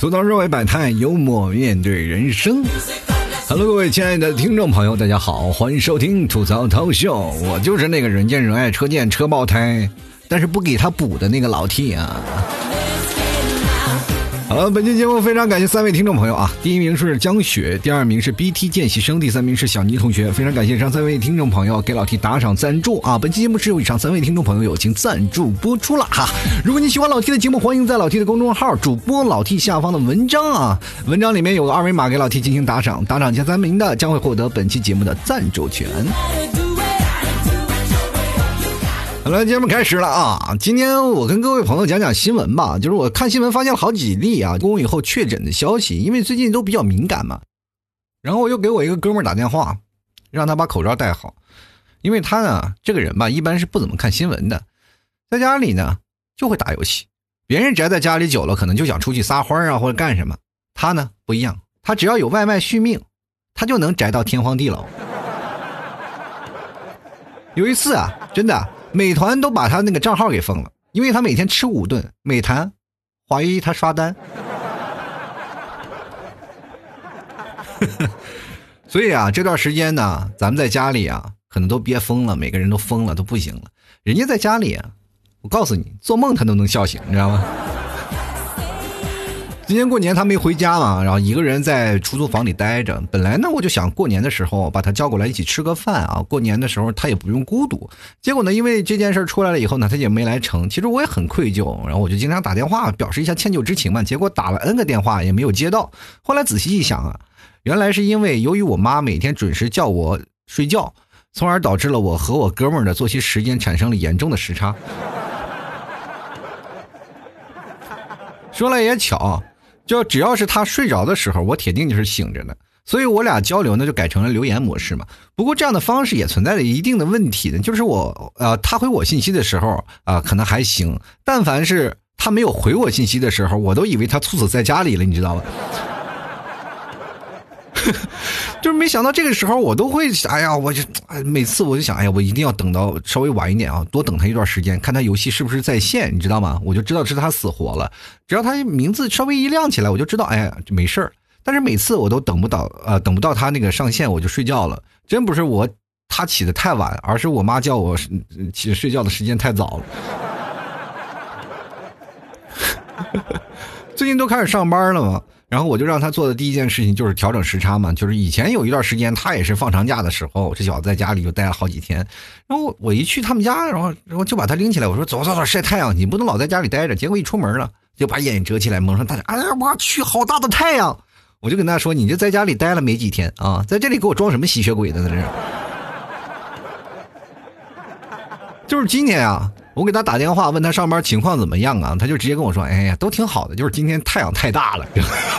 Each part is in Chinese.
吐槽社会百态，幽默面对人生。Hello， 各位亲爱的听众朋友，大家好，欢迎收听吐槽涛秀。我就是那个人见人爱、车见车爆胎，但是不给他补的那个老 T 啊。好了，本期节目非常感谢3位听众朋友啊！第一名是江雪，第二名是 BT 见习生，第3名是小倪同学。非常感谢上3位听众朋友给老 T 打赏赞助啊！本期节目是由以上3位听众朋友友情赞助播出了哈！如果你喜欢老 T 的节目，欢迎在老 T 的公众号主播老 T 下方的文章啊，文章里面有个2维码给老 T 进行打赏，打赏前3名的将会获得本期节目的赞助权。好了，节目开始了啊！今天我跟各位朋友讲讲新闻吧，就是我看新闻发现了好几例啊，公以后确诊的消息，因为最近都比较敏感嘛。然后我又给我一个哥们儿打电话，让他把口罩戴好，因为他呢这个人吧，一般是不怎么看新闻的，在家里呢就会打游戏。别人宅在家里久了，可能就想出去撒欢啊或者干什么，他呢不一样，他只要有外卖续命，他就能宅到天荒地老。有一次啊，真的。美团都把他那个账号给封了，因为他每天吃5顿，美团怀疑他刷单。所以啊，这段时间呢，咱们在家里啊，可能都憋疯了，每个人都疯了，都不行了。人家在家里啊，我告诉你，做梦他都能笑醒，你知道吗？今年过年他没回家嘛，然后一个人在出租房里待着。本来呢，我就想过年的时候把他叫过来一起吃个饭啊，过年的时候他也不用孤独。结果呢，因为这件事出来了以后呢，他也没来成。其实我也很愧疚，然后我就经常打电话表示一下歉疚之情嘛。结果打了 N 个电话也没有接到。后来仔细一想啊，原来是因为由于我妈每天准时叫我睡觉，从而导致了我和我哥们儿的作息时间产生了严重的时差。说来也巧。就只要是他睡着的时候，我铁定就是醒着的，所以我俩交流呢就改成了留言模式嘛。不过这样的方式也存在着一定的问题的，就是他回我信息的时候可能还行，但凡是他没有回我信息的时候，我都以为他猝死在家里了，你知道吗？就是没想到这个时候我都会每次我就想我一定要等到稍微晚一点啊，多等他一段时间，看他游戏是不是在线，你知道吗？我就知道是他死活了。只要他名字稍微一亮起来，我就知道就没事儿。但是每次我都等不到他那个上线，我就睡觉了。真不是他起得太晚，而是我妈叫我睡觉的时间太早了。最近都开始上班了嘛，然后我就让他做的第一件事情就是调整时差嘛，就是以前有一段时间他也是放长假的时候，这小子在家里就待了好几天，然后我一去他们家，然后就把他拎起来，我说走晒太阳，你不能老在家里待着。结果一出门了，就把眼遮起来，蒙上大家，我去，好大的太阳！我就跟他说，你就在家里待了没几天啊，在这里给我装什么吸血鬼的在这？就是今天啊。我给他打电话问他上班情况怎么样啊，他就直接跟我说都挺好的，就是今天太阳太大了。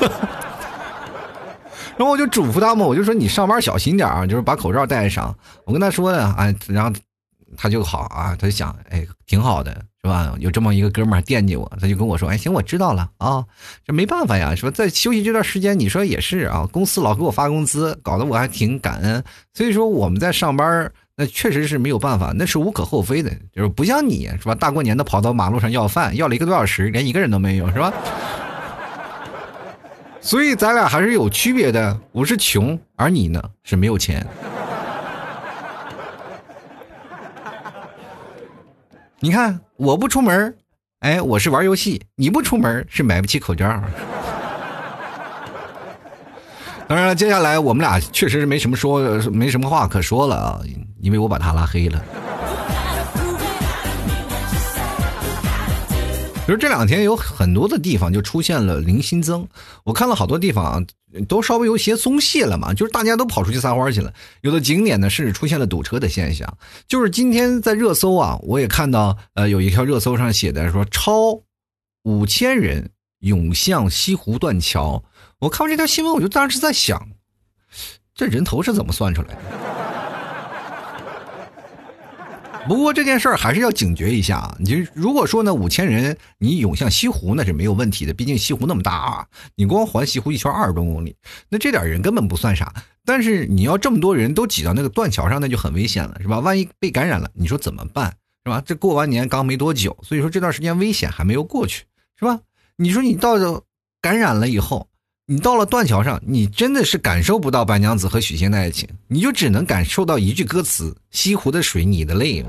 然后我就嘱咐他们，我就说你上班小心点啊，就是把口罩戴上。我跟他说的然后他就好啊，他就想挺好的是吧，有这么一个哥们儿惦记我，他就跟我说行，我知道了啊，这没办法呀，说在休息这段时间，你说也是啊，公司老给我发工资，搞得我还挺感恩，所以说我们在上班那确实是没有办法，那是无可厚非的，就是不像你是吧，大过年的跑到马路上要饭，要了1个多小时，连一个人都没有是吧？所以咱俩还是有区别的，我是穷，而你呢是没有钱。你看我不出门，我是玩游戏，你不出门是买不起口罩。当然了，接下来我们俩确实是没什么话可说了啊，因为我把他拉黑了。就是这2天有很多的地方就出现了零新增，我看了好多地方啊，都稍微有些松懈了嘛，就是大家都跑出去撒欢去了，有的景点呢甚至出现了堵车的现象。就是今天在热搜啊，我也看到有一条热搜上写的说超5000人涌向西湖断桥。我看完这条新闻，我就当时在想，这人头是怎么算出来的？不过这件事儿还是要警觉一下啊！你如果说呢5000人你涌向西湖那是没有问题的，毕竟西湖那么大啊，你光环西湖一圈20多公里，那这点人根本不算啥。但是你要这么多人都挤到那个断桥上，那就很危险了，是吧？万一被感染了，你说怎么办？是吧？这过完年刚没多久，所以说这段时间危险还没有过去，是吧？你说你到感染了以后，你到了断桥上，你真的是感受不到白娘子和许仙的爱情，你就只能感受到一句歌词：西湖的水，你的泪。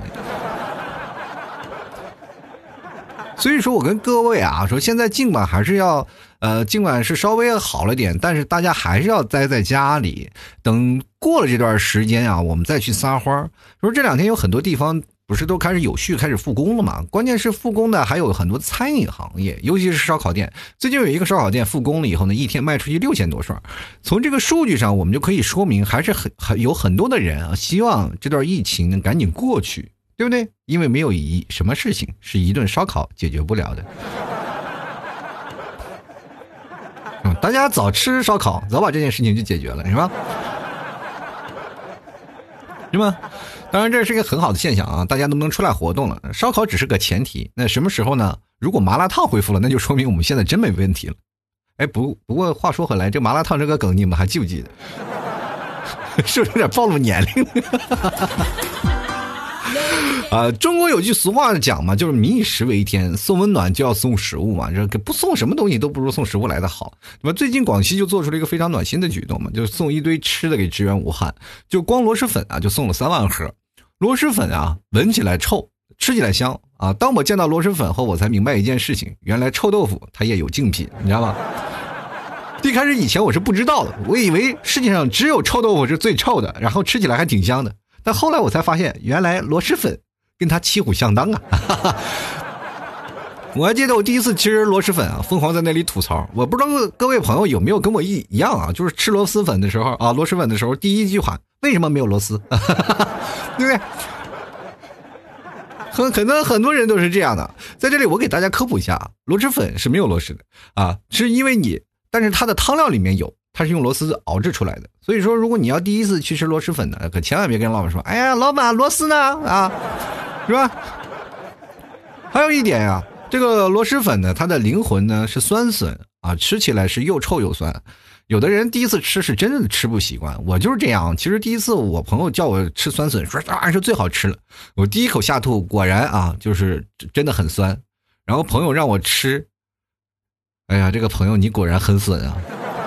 所以说我跟各位啊说，现在尽管还是要尽管是稍微好了点，但是大家还是要待在家里，等过了这段时间啊，我们再去撒欢。说这两天有很多地方不是都开始复工了嘛？关键是复工的还有很多餐饮行业，尤其是烧烤店。最近有一个烧烤店复工了以后呢，一天卖出去6000多串。从这个数据上，我们就可以说明，还是有很多的人啊，希望这段疫情能赶紧过去，对不对？因为没有什么事情是一顿烧烤解决不了的。大家早吃烧烤，早把这件事情就解决了，是吧？是吗？当然这是一个很好的现象啊，大家能不能出来活动了？烧烤只是个前提，那什么时候呢？如果麻辣烫恢复了，那就说明我们现在真没问题了。哎，不过话说回来，这麻辣烫这个梗你们还记不记得？是不是有点暴露年龄？中国有句俗话讲嘛，就是民以食为天，送温暖就要送食物嘛，这不送什么东西都不如送食物来的好。那么最近广西就做出了一个非常暖心的举动嘛，就是送一堆吃的给支援武汉，就光螺蛳粉啊就送了3万盒。螺蛳粉啊闻起来臭，吃起来香啊。当我见到螺蛳粉后，我才明白一件事情，原来臭豆腐它也有竞品，你知道吗？一开始以前我是不知道的，我以为世界上只有臭豆腐是最臭的，然后吃起来还挺香的。但后来我才发现，原来螺蛳粉跟它旗鼓相当啊！我还记得我第一次吃螺蛳粉啊，疯狂在那里吐槽。我不知道各位朋友有没有跟我一样啊，就是吃螺蛳粉的时候啊，螺蛳粉的时候，第一句话为什么没有螺丝？对不对？可能很多人都是这样的。在这里我给大家科普一下，螺蛳粉是没有螺丝的啊，是因为但是它的汤料里面有。它是用螺丝熬制出来的，所以说如果你要第一次去吃螺蛳粉呢，可千万别跟老板说，哎呀，老板螺丝呢啊，是吧？还有一点呀，这个螺蛳粉呢，它的灵魂呢是酸笋啊，吃起来是又臭又酸。有的人第一次吃是真的吃不习惯，我就是这样。其实第一次我朋友叫我吃酸笋，说当然是最好吃了。我第一口下肚，果然啊，就是真的很酸。然后朋友让我吃，哎呀，这个朋友你果然很损啊。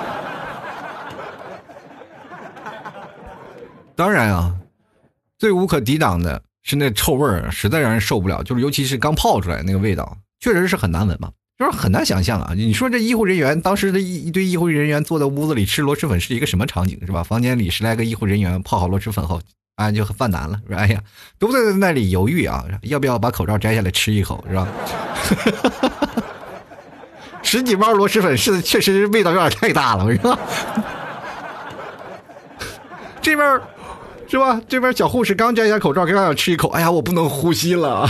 当然啊，最无可抵挡的是那臭味儿，实在让人受不了。就是尤其是刚泡出来那个味道，确实是很难闻嘛，就是很难想象啊。你说这医护人员当时的一堆医护人员坐在屋子里吃螺蛳粉是一个什么场景，是吧？房间里10来个医护人员泡好螺蛳粉后，啊就很犯难了，是吧？哎呀，都在那里犹豫啊，要不要把口罩摘下来吃一口，是吧？10几包螺蛳粉是确实味道有点太大了，是吧？这边是吧？这边小护士刚摘下口罩，刚想吃一口，哎呀，我不能呼吸了。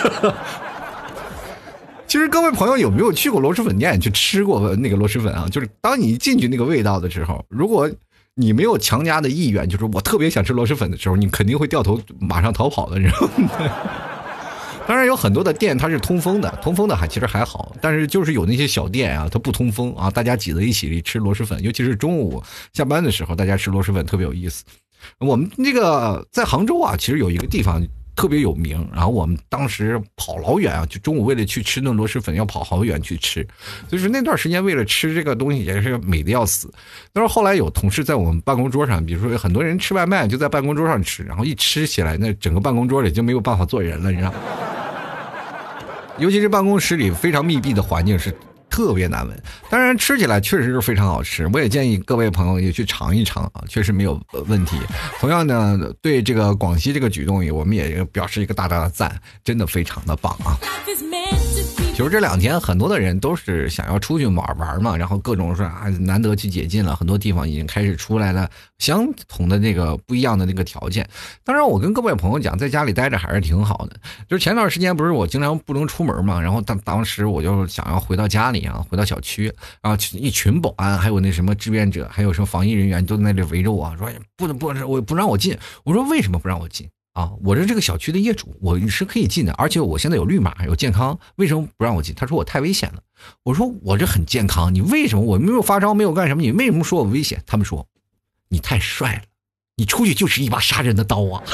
其实各位朋友有没有去过螺蛳粉店去吃过那个螺蛳粉啊？就是当你进去那个味道的时候，如果你没有强加的意愿，就是我特别想吃螺蛳粉的时候，你肯定会掉头马上逃跑的，你知道吗？当然有很多的店它是通风的，通风的其实还好，但是就是有那些小店啊，它不通风啊，大家挤在一起吃螺蛳粉，尤其是中午下班的时候，大家吃螺蛳粉特别有意思。我们那个在杭州啊，其实有一个地方特别有名，然后我们当时跑老远啊，就中午为了去吃顿螺蛳粉要跑好远去吃，就是那段时间为了吃这个东西也是美的要死。但是后来有同事在我们办公桌上，比如说很多人吃外卖就在办公桌上吃，然后一吃起来那整个办公桌里就没有办法做人了，你知道吗？尤其是办公室里非常密闭的环境是特别难闻，当然吃起来确实是非常好吃，我也建议各位朋友也去尝一尝啊，确实没有问题。同样呢，对这个广西这个举动，我们也表示一个大大的赞，真的非常的棒啊。其实这2天很多的人都是想要出去玩嘛，然后各种说啊难得去解禁了，很多地方已经开始出来了相同的那个不一样的那个条件。当然我跟各位朋友讲，在家里待着还是挺好的。就是前段时间不是我经常不能出门嘛，然后当时我就想要回到家里啊，回到小区啊，一群保安还有那什么志愿者还有什么防疫人员都在那里围着我说不让我进。我说为什么不让我进啊？我是这个小区的业主，我是可以进的，而且我现在有绿码有健康，为什么不让我进？他说我太危险了。我说我这很健康，你为什么我没有发烧没有干什么，你为什么说我危险？他们说你太帅了，你出去就是一把杀人的刀啊。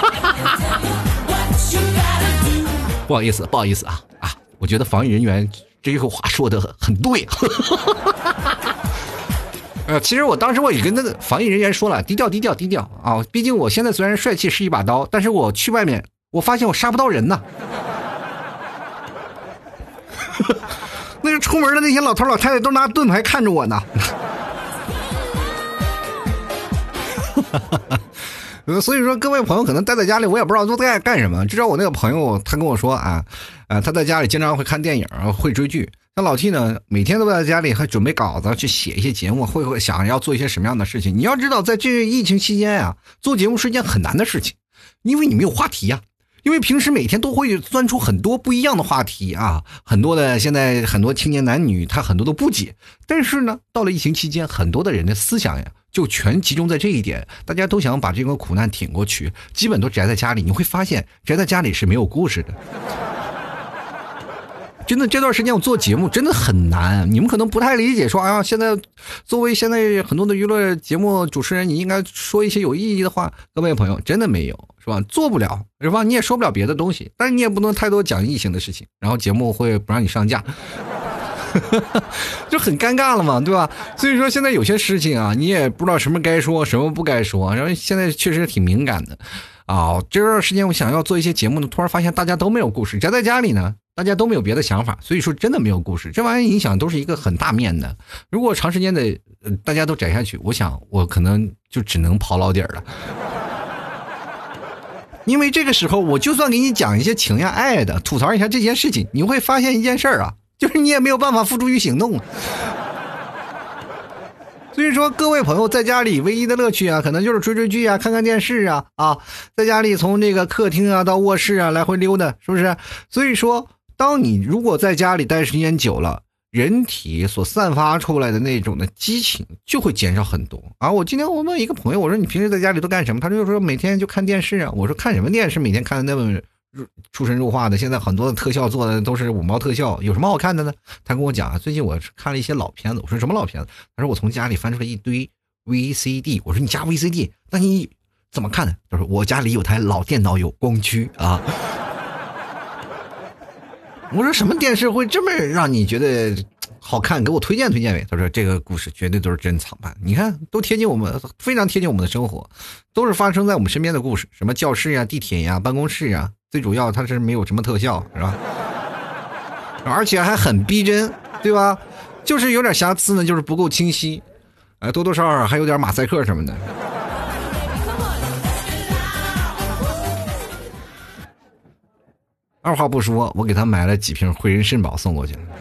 不好意思啊，我觉得防疫人员这个话说的很对。 其实我当时我也跟那个防疫人员说了，低调低调低调啊！毕竟我现在虽然帅气是一把刀，但是我去外面，我发现我杀不到人呐。那个出门的那些老头老太太都拿盾牌看着我呢。所以说，各位朋友可能待在家里，我也不知道都在干什么。至少我那个朋友，他跟我说他在家里经常会看电影，会追剧。像老 T 呢，每天都在家里还准备稿子，去写一些节目，会想要做一些什么样的事情。你要知道，在这个疫情期间啊，做节目是一件很难的事情，因为你没有话题呀。因为平时每天都会钻出很多不一样的话题啊，很多的现在很多青年男女他很多的不解，但是呢，到了疫情期间，很多的人的思想呀就全集中在这一点，大家都想把这个苦难挺过去，基本都宅在家里。你会发现宅在家里是没有故事的。真的这段时间我做节目真的很难，你们可能不太理解说现在作为现在很多的娱乐节目主持人，你应该说一些有意义的话。各位朋友，真的没有，是吧？做不了，是吧？你也说不了别的东西，但是你也不能太多讲异性的事情，然后节目会不让你上架。就很尴尬了嘛，对吧？所以说现在有些事情啊，你也不知道什么该说，什么不该说，然后现在确实挺敏感的这段时间我想要做一些节目呢，突然发现大家都没有故事，宅在家里呢，大家都没有别的想法，所以说真的没有故事，这玩意儿影响都是一个很大面的。如果长时间的大家都宅下去，我想我可能就只能刨老底儿了。因为这个时候我就算给你讲一些情呀爱的，吐槽一下这件事情，你会发现一件事儿就是你也没有办法付诸于行动。所以说各位朋友在家里唯一的乐趣可能就是追追剧看看电视在家里从这个客厅到卧室来回溜达，是不是？所以说当你如果在家里待时间久了，人体所散发出来的那种的激情就会减少很多我今天我问一个朋友，我说你平时在家里都干什么？他就说每天就看电视我说看什么电视？每天看的那么出神入化的，现在很多的特效做的都是5毛特效，有什么好看的呢？他跟我讲最近我看了一些老片子。我说什么老片子？他说我从家里翻出来一堆 VCD。 我说你家 VCD 那你怎么看呢？他说我家里有台老电脑，有光驱我说什么电视会这么让你觉得好看？给我推荐推荐呗。他说这个故事绝对都是珍藏版，你看都贴近我们，非常贴近我们的生活，都是发生在我们身边的故事，什么教室地铁办公室最主要它是没有什么特效，是吧？而且还很逼真，对吧？就是有点瑕疵呢，就是不够清晰，多多少少还有点马赛克什么的。二话不说，我给他买了几瓶汇仁肾宝送过去了。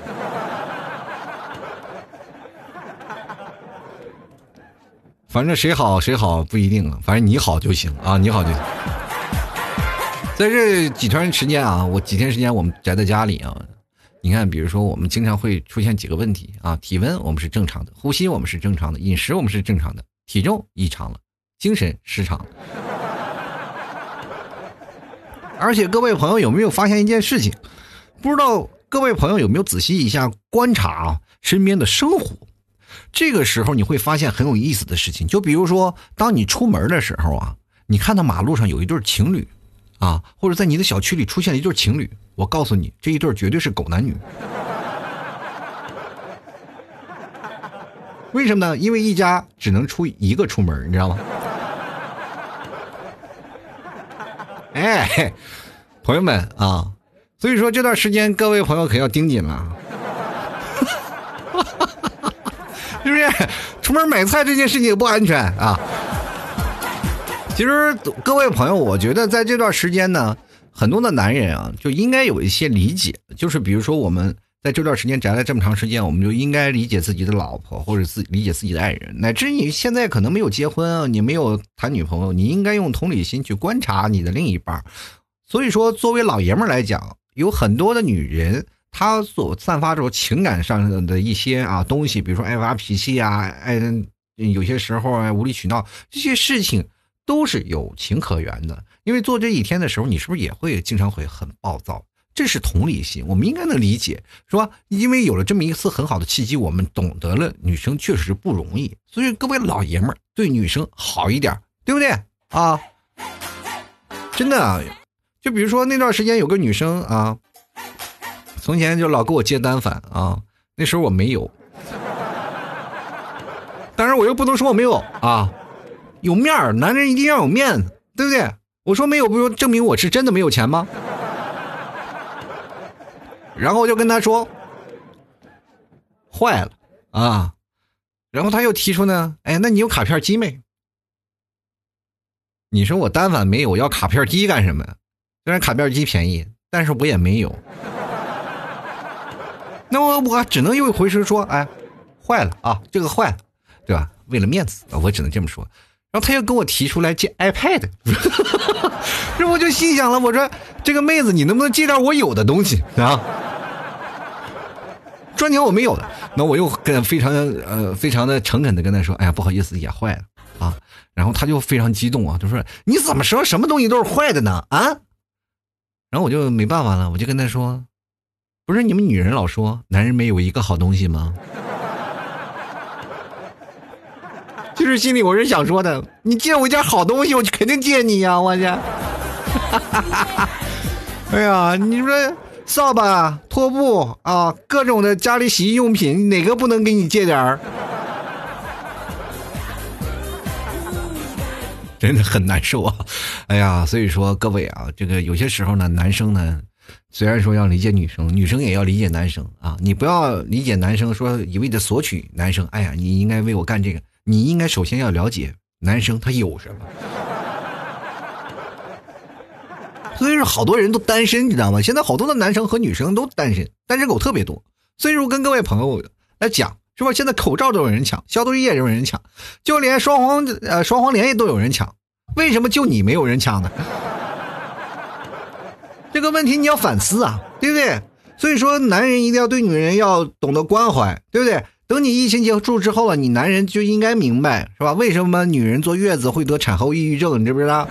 反正谁好谁好不一定反正你好就行你好就行。在这几天时间我几天时间我们宅在家里你看比如说我们经常会出现几个问题体温我们是正常的，呼吸我们是正常的，饮食我们是正常的，体重异常了，精神失常了。而且各位朋友有没有发现一件事情？不知道各位朋友有没有仔细一下观察身边的生活？这个时候你会发现很有意思的事情，就比如说当你出门的时候你看到马路上有一对情侣或者在你的小区里出现了一对情侣，我告诉你，这一对绝对是狗男女。为什么呢？因为一家只能出一个出门，你知道吗？朋友们所以说这段时间各位朋友可要盯紧了。是不是？出门买菜这件事情也不安全其实各位朋友，我觉得在这段时间呢，很多的男人就应该有一些理解，就是比如说我们在这段时间宅了这么长时间，我们就应该理解自己的老婆，或者理解自己的爱人，乃至你现在可能没有结婚你没有谈女朋友，你应该用同理心去观察你的另一半。所以说作为老爷们来讲，有很多的女人她所散发出情感上的一些东西，比如说爱发脾气有些时候无理取闹，这些事情都是有情可原的。因为做这一天的时候，你是不是也会经常会很暴躁？这是同理心，我们应该能理解，是吧？因为有了这么一次很好的契机，我们懂得了女生确实不容易，所以各位老爷们对女生好一点，对不对真的就比如说那段时间有个女生从前就老给我接单反那时候我没有，当但是我又不能说我没有啊，有面儿，男人一定要有面子，对不对？我说没有，不证明我是真的没有钱吗？然后我就跟他说坏了啊，然后他又提出呢，哎，那你有卡片机没？你说我单反没有，要卡片机干什么？虽然卡片机便宜，但是我也没有。那我只能又回声说，哎，坏了啊，这个坏了，对吧？为了面子，我只能这么说。然后他又跟我提出来借 iPad， 这我就心想了，我说这个妹子，你能不能借点我有的东西啊？专讲我没有的，那我又跟非常的诚恳的跟他说，哎呀，不好意思，也坏了啊。然后他就非常激动啊，就说你怎么说什么东西都是坏的呢？啊？然后我就没办法了，我就跟他说，不是你们女人老说男人没有一个好东西吗？其实心里我是想说的，你借我一件好东西，我就肯定借你呀，我去。哎呀，你说扫把、拖布啊，各种的家里洗衣用品，哪个不能给你借点儿？真的很难受啊！哎呀，所以说各位啊，这个有些时候呢，男生呢，虽然说要理解女生，女生也要理解男生啊。你不要理解男生说一味的索取男生，哎呀，你应该为我干这个，你应该首先要了解男生他有什么。所以说好多人都单身，你知道吗？现在好多的男生和女生都单身，单身狗特别多。所以说跟各位朋友来讲，是吧？现在口罩都有人抢，消毒液都有人抢，就连双黄连液都有人抢，为什么就你没有人抢呢？这个问题你要反思啊，对不对？所以说男人一定要对女人要懂得关怀，对不对？等你疫情结束之后了，你男人就应该明白，是吧？为什么女人坐月子会得产后抑郁症，你知不知道？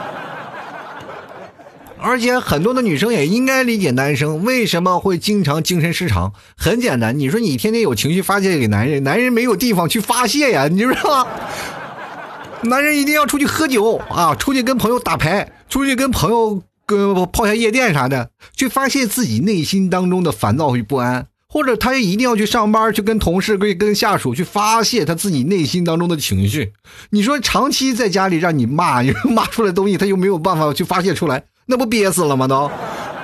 而且很多的女生也应该理解男生为什么会经常精神失常。很简单，你说你天天有情绪发泄给男人，男人没有地方去发泄呀，你知道吗？男人一定要出去喝酒啊，出去跟朋友打牌，出去跟朋友泡下夜店啥的，去发泄自己内心当中的烦躁与不安。或者他一定要去上班，去跟同事跟下属去发泄他自己内心当中的情绪。你说长期在家里让你骂出来的东西，他又没有办法去发泄出来，那不憋死了吗都？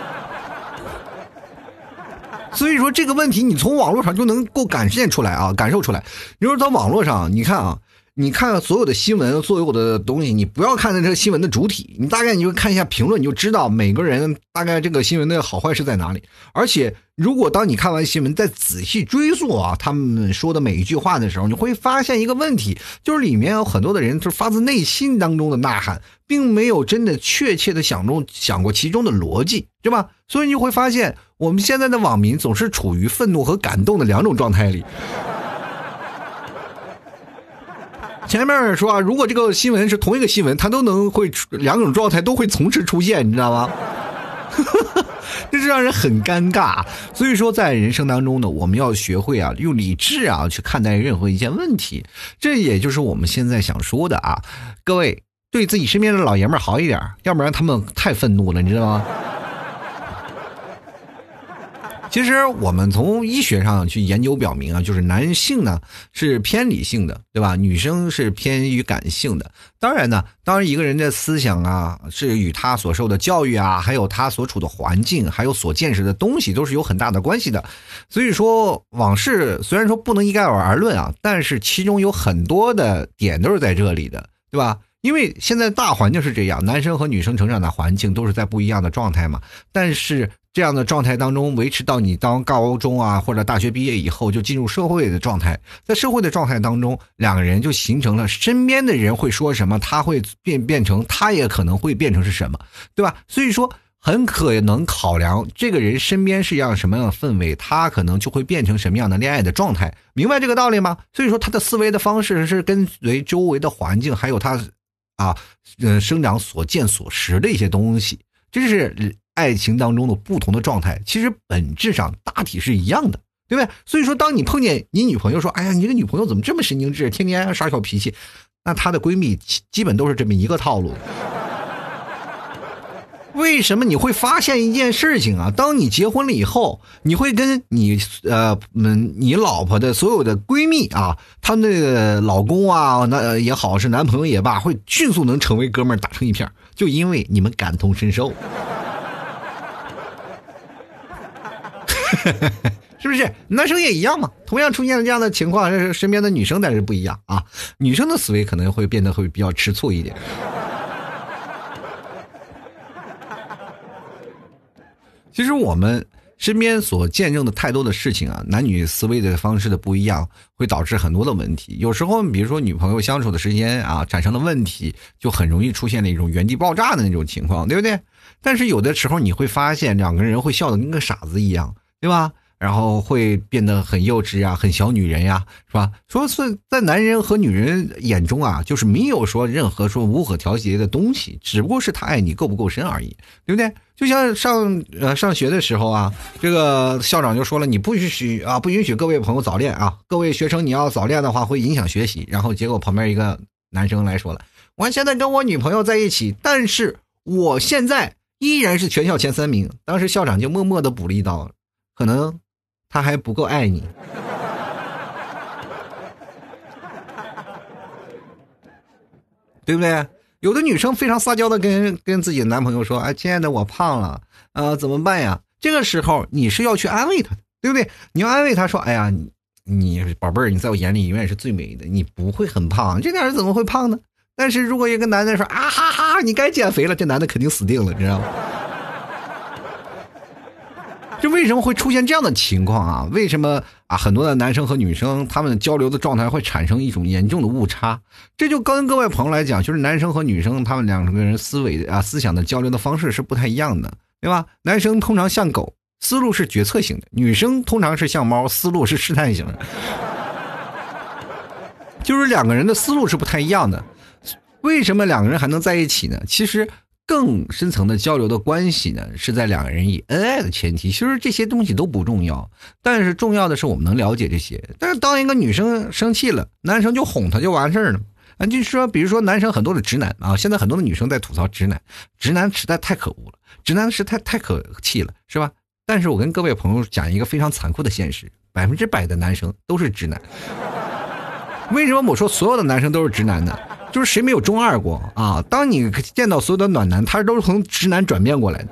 所以说这个问题你从网络上就能够感受出来。你说在网络上你看啊，你看所有的新闻，所有的东西，你不要看这个新闻的主体，你大概你就看一下评论，你就知道每个人大概这个新闻的好坏是在哪里。而且如果当你看完新闻再仔细追溯啊，他们说的每一句话的时候，你会发现一个问题，就是里面有很多的人是发自内心当中的呐喊，并没有真的确切的想过其中的逻辑，对吧？所以你就会发现我们现在的网民总是处于愤怒和感动的两种状态里。前面说啊，如果这个新闻是同一个新闻，它都能会两种状态都会同时出现，你知道吗？这是让人很尴尬。所以说在人生当中呢，我们要学会啊，用理智啊去看待任何一件问题。这也就是我们现在想说的啊，各位对自己身边的老爷们儿好一点，要不然他们太愤怒了，你知道吗？其实我们从医学上去研究表明啊，就是男性呢是偏理性的，对吧？女生是偏于感性的。当然一个人的思想啊，是与他所受的教育啊，还有他所处的环境，还有所见识的东西，都是有很大的关系的。所以说往事虽然说不能一概而论啊，但是其中有很多的点都是在这里的，对吧？因为现在大环境是这样，男生和女生成长的环境都是在不一样的状态嘛，但是这样的状态当中维持到你当高中啊或者大学毕业以后就进入社会的状态，在社会的状态当中，两个人就形成了身边的人会说什么，他会变成，他也可能会变成是什么，对吧？所以说很可能考量这个人身边是一样什么样的氛围，他可能就会变成什么样的恋爱的状态，明白这个道理吗？所以说他的思维的方式是跟随周围的环境，还有他生长所见所识的一些东西，这是爱情当中的不同的状态，其实本质上大体是一样的，对不对？所以说当你碰见你女朋友说，哎呀，你这个女朋友怎么这么神经质，天天耍小脾气，那她的闺蜜基本都是这么一个套路。 为什么你会发现一件事情啊？当你结婚了以后，你会跟你老婆的所有的闺蜜啊，她们的老公啊，那也好，是男朋友也罢，会迅速能成为哥们儿，打成一片，就因为你们感同身受。是不是？男生也一样嘛？同样出现了这样的情况，身边的女生但是不一样啊，女生的思维可能会变得会比较吃醋一点。其实我们身边所见证的太多的事情啊，男女思维的方式的不一样，会导致很多的问题。有时候比如说女朋友相处的时间啊，产生了问题，就很容易出现那种原地爆炸的那种情况，对不对？但是有的时候你会发现两个人会笑得跟个傻子一样，对吧？然后会变得很幼稚呀，很小女人呀，是吧？说是在男人和女人眼中啊，就是没有说任何说无可调节的东西，只不过是他爱你够不够深而已，对不对？就像上学的时候啊，这个校长就说了，你不允许各位朋友早恋啊，各位学生你要早恋的话会影响学习。然后结果旁边一个男生来说了，我现在跟我女朋友在一起，但是我现在依然是全校前3名。当时校长就默默的补了一刀，可能他还不够爱你。对不对？有的女生非常撒娇的跟自己的男朋友说，哎，亲爱的，我胖了，怎么办呀？这个时候你是要去安慰他的，对不对？你要安慰他说，哎呀，你宝贝儿，你在我眼里永远是最美的，你不会很胖，这点人怎么会胖呢？但是如果一个男的说，啊哈哈，你该减肥了，这男的肯定死定了，你知道吗？就为什么会出现这样的情况啊？为什么啊？很多的男生和女生他们交流的状态会产生一种严重的误差？这就跟各位朋友来讲，就是男生和女生他们两个人思想的交流的方式是不太一样的，对吧？男生通常像狗，思路是决策型的；女生通常是像猫，思路是试探型的。就是两个人的思路是不太一样的。为什么两个人还能在一起呢？其实更深层的交流的关系呢，是在两个人以恩爱的前提。其实这些东西都不重要，但是重要的是我们能了解这些。但是当一个女生生气了，男生就哄她就完事儿了。就是说，比如说男生很多的直男啊，现在很多的女生在吐槽直男实在太可恶了，直男实在太可气了，是吧？但是我跟各位朋友讲一个非常残酷的现实，100%的男生都是直男。为什么我说所有的男生都是直男呢？就是谁没有中二过啊？当你见到所有的暖男，他都是从直男转变过来的。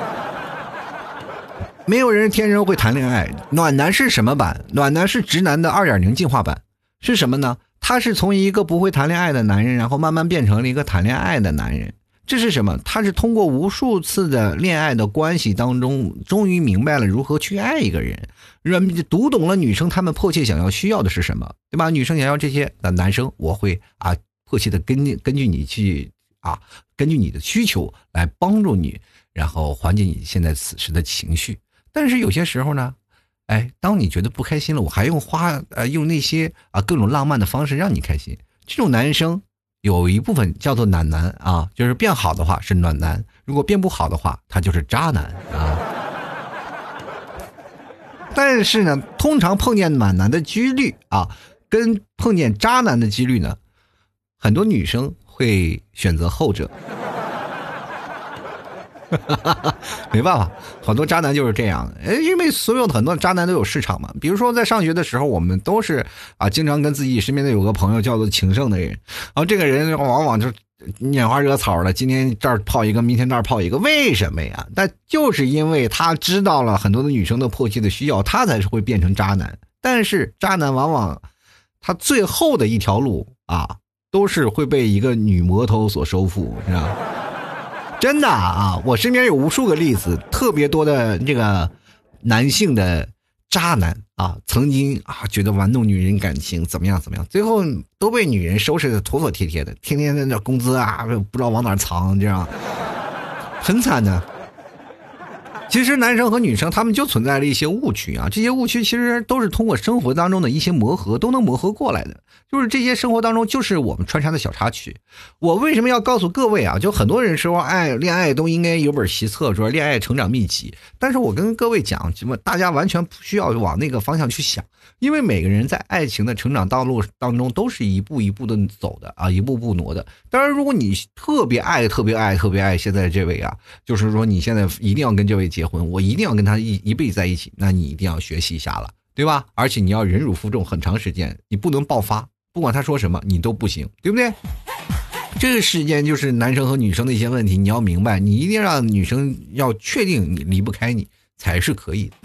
没有人天生会谈恋爱，暖男是什么版？暖男是直男的 2.0 进化版，是什么呢？他是从一个不会谈恋爱的男人，然后慢慢变成了一个谈恋爱的男人。这是什么？他是通过无数次的恋爱的关系当中，终于明白了如何去爱一个人，读懂了女生她们迫切想要需要的是什么，对吧？女生想要这些，那男生我会迫切的根据你去根据你的需求来帮助你，然后缓解你现在此时的情绪。但是有些时候呢，当你觉得不开心了，我还用那些各种浪漫的方式让你开心。这种男生有一部分叫做暖男啊，就是变好的话是暖男，如果变不好的话，他就是渣男啊。但是呢，通常碰见暖男的几率跟碰见渣男的几率呢，很多女生会选择后者。没办法，很多渣男就是这样，因为所有的很多渣男都有市场嘛。比如说在上学的时候，我们都是经常跟自己身边的有个朋友叫做情圣的人，然后这个人往往就拈花惹草了，今天这儿泡一个，明天这儿泡一个，为什么呀？但就是因为他知道了很多的女生的迫切的需要，他才是会变成渣男。但是渣男往往他最后的一条路都是会被一个女魔头所收复，是吧？真的我身边有无数个例子，特别多的这个男性的渣男曾经觉得玩弄女人感情怎么样，最后都被女人收拾的妥妥帖帖的，天天在那工资不知道往哪藏，这样很惨的。 其实男生和女生他们就存在了一些误区啊，这些误区其实都是通过生活当中的一些磨合都能磨合过来的，就是这些生活当中就是我们穿插的小插曲。我为什么要告诉各位啊，就很多人说恋爱都应该有本习册，说恋爱成长秘籍，但是我跟各位讲，大家完全不需要往那个方向去想，因为每个人在爱情的成长道路当中都是一步一步的走的啊，一步步挪的。当然如果你特别爱现在这位啊，就是说你现在一定要跟这位结婚，我一定要跟他一辈子在一起，那你一定要学习一下了，对吧？而且你要忍辱负重很长时间，你不能爆发，不管他说什么你都不行，对不对？这个事件就是男生和女生的一些问题，你要明白，你一定让女生要确定你离不开你才是可以的。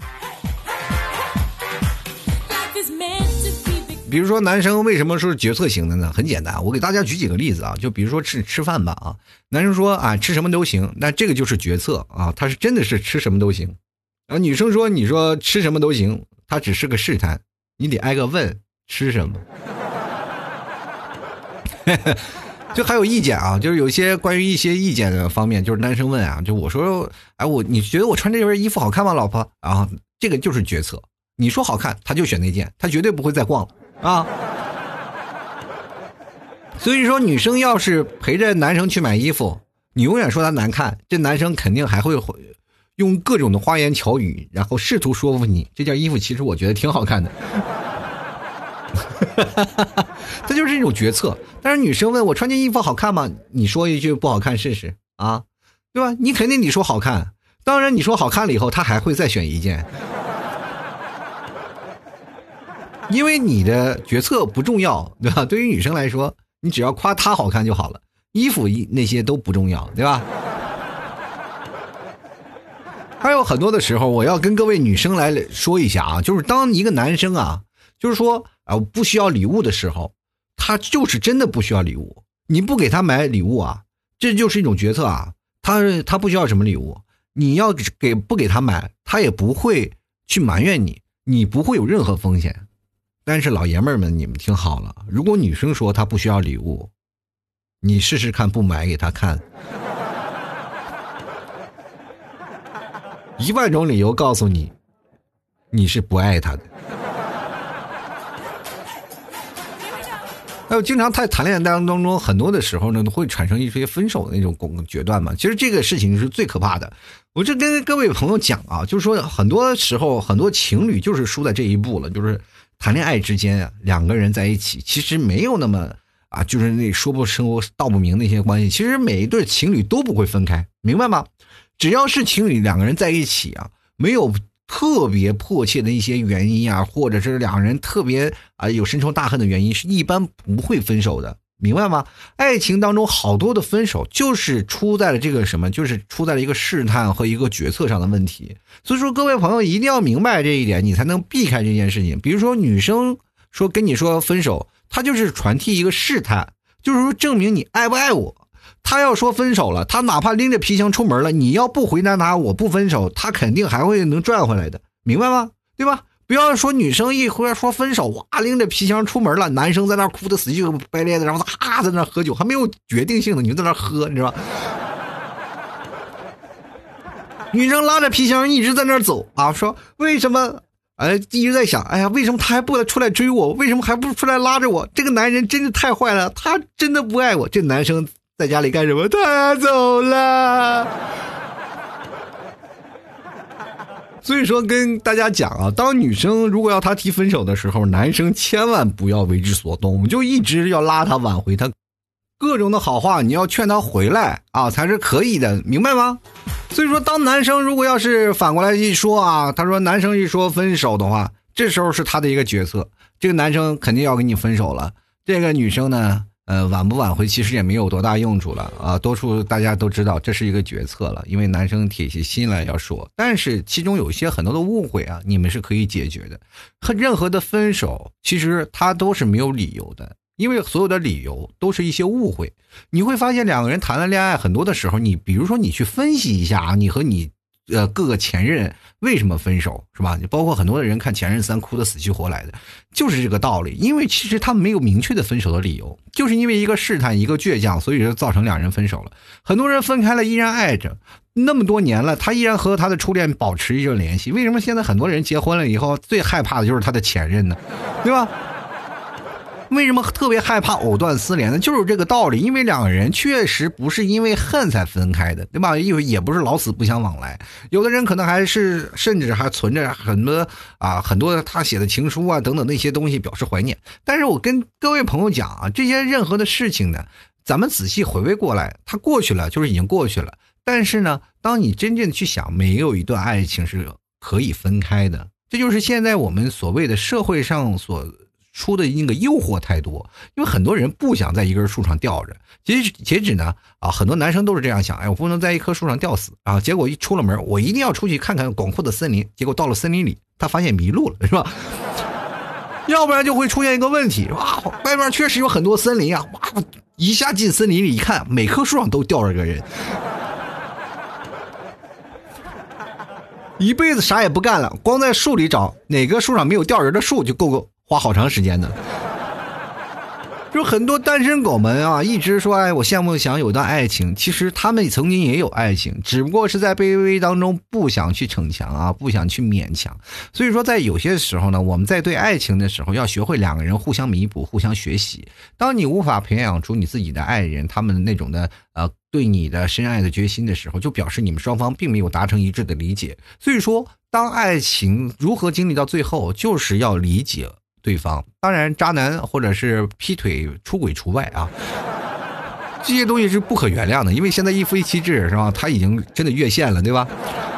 比如说男生为什么说是决策型的呢？很简单，我给大家举几个例子啊，就比如说吃饭吧啊，男生说啊吃什么都行，那这个就是决策啊，他是真的是吃什么都行。然后女生说你说吃什么都行，他只是个试探，你得挨个问吃什么。就还有意见啊，就是有一些关于一些意见的方面，就是男生问啊，就我说你觉得我穿这件衣服好看吗老婆？然后这个就是决策，你说好看他就选那件，他绝对不会再逛了啊。所以说女生要是陪着男生去买衣服，你永远说他难看，这男生肯定还会用各种的花言巧语，然后试图说服你这件衣服其实我觉得挺好看的。这就是一种决策。但是女生问我穿件衣服好看吗？你说一句不好看试试啊，对吧？你肯定你说好看，当然你说好看了以后他还会再选一件，因为你的决策不重要，对吧？对于女生来说，你只要夸她好看就好了，衣服那些都不重要，对吧？还有很多的时候我要跟各位女生来说一下啊，就是当一个男生啊，就是说不需要礼物的时候，他就是真的不需要礼物，你不给他买礼物啊，这就是一种决策啊。他不需要什么礼物，你要不给他买，他也不会去埋怨你，你不会有任何风险。但是老爷们儿们，你们听好了，如果女生说她不需要礼物，你试试看不买给她看，10000种理由告诉你，你是不爱她的。还有经常在谈恋爱当中，很多的时候呢，都会产生一些分手的那种决断嘛。其实这个事情是最可怕的。我这跟各位朋友讲啊，就是说很多时候很多情侣就是输在这一步了，就是谈恋爱之间啊，两个人在一起，其实没有那么啊，就是那说不清道不明那些关系。其实每一对情侣都不会分开，明白吗？只要是情侣两个人在一起啊，没有特别迫切的一些原因啊，或者是两个人特别有深仇大恨的原因，是一般不会分手的，明白吗？爱情当中好多的分手就是出在了这个什么，就是出在了一个试探和一个决策上的问题。所以说各位朋友一定要明白这一点，你才能避开这件事情。比如说女生说跟你说分手，她就是传递一个试探，就是说证明你爱不爱我。他要说分手了，他哪怕拎着皮箱出门了，你要不回答他我不分手，他肯定还会能赚回来的，明白吗？对吧？不要说女生一会儿说分手，哇，拎着皮箱出门了，男生在那哭得死去白咧的，然后他在那喝酒，还没有决定性的你就在那喝，你知道吧？女生拉着皮箱一直在那走啊，说为什么一直在想，哎呀，为什么他还不出来追我？为什么还不出来拉着我？这个男人真是太坏了，他真的不爱我。这男生在家里干什么？他走了。所以说跟大家讲啊，当女生如果要他提分手的时候，男生千万不要为之所动，我们就一直要拉他挽回他，各种的好话你要劝他回来啊，才是可以的，明白吗？所以说当男生如果要是反过来一说啊，他说男生一说分手的话，这时候是他的一个决策，这个男生肯定要跟你分手了，这个女生呢挽不挽回其实也没有多大用处了啊，多数大家都知道这是一个决策了，因为男生铁起心来要说，但是其中有一些很多的误会啊，你们是可以解决的。任何的分手其实它都是没有理由的，因为所有的理由都是一些误会。你会发现两个人谈了恋爱，很多的时候你比如说你去分析一下啊，你和你各个前任为什么分手，是吧？包括很多的人看前任3哭得死去活来的，就是这个道理。因为其实他们没有明确的分手的理由，就是因为一个试探一个倔强，所以就造成两人分手了。很多人分开了依然爱着， 那么多年了，他依然和他的初恋保持着联系。为什么现在很多人结婚了以后最害怕的就是他的前任呢？对吧？为什么特别害怕藕断丝连呢？就是这个道理，因为两个人确实不是因为恨才分开的，对吧？也不是老死不相往来。有的人可能还是甚至还存着很多他写的情书啊等等那些东西表示怀念。但是我跟各位朋友讲啊，这些任何的事情呢，咱们仔细回味过来，它过去了就是已经过去了。但是呢，当你真正去想，没有一段爱情是可以分开的。这就是现在我们所谓的社会上所出的那个诱惑太多，因为很多人不想在一根树上吊着。截止呢很多男生都是这样想，我不能在一棵树上吊死啊！结果一出了门，我一定要出去看看广阔的森林。结果到了森林里，他发现迷路了，是吧？要不然就会出现一个问题，哇，外面确实有很多森林啊，哇，一下进森林里一看，每棵树上都吊着个人。一辈子啥也不干了，光在树里找哪个树上没有吊人的树，就够花好长时间的。就很多单身狗们啊，一直说我羡慕想有段爱情，其实他们曾经也有爱情，只不过是在卑微当中不想去逞强啊，不想去勉强。所以说在有些时候呢，我们在对爱情的时候要学会两个人互相弥补，互相学习。当你无法培养出你自己的爱人他们那种的对你的深爱的决心的时候，就表示你们双方并没有达成一致的理解。所以说当爱情如何经历到最后，就是要理解对方，当然渣男或者是劈腿出轨除外啊，这些东西是不可原谅的，因为现在一夫一妻制是吧，他已经真的越线了，对吧？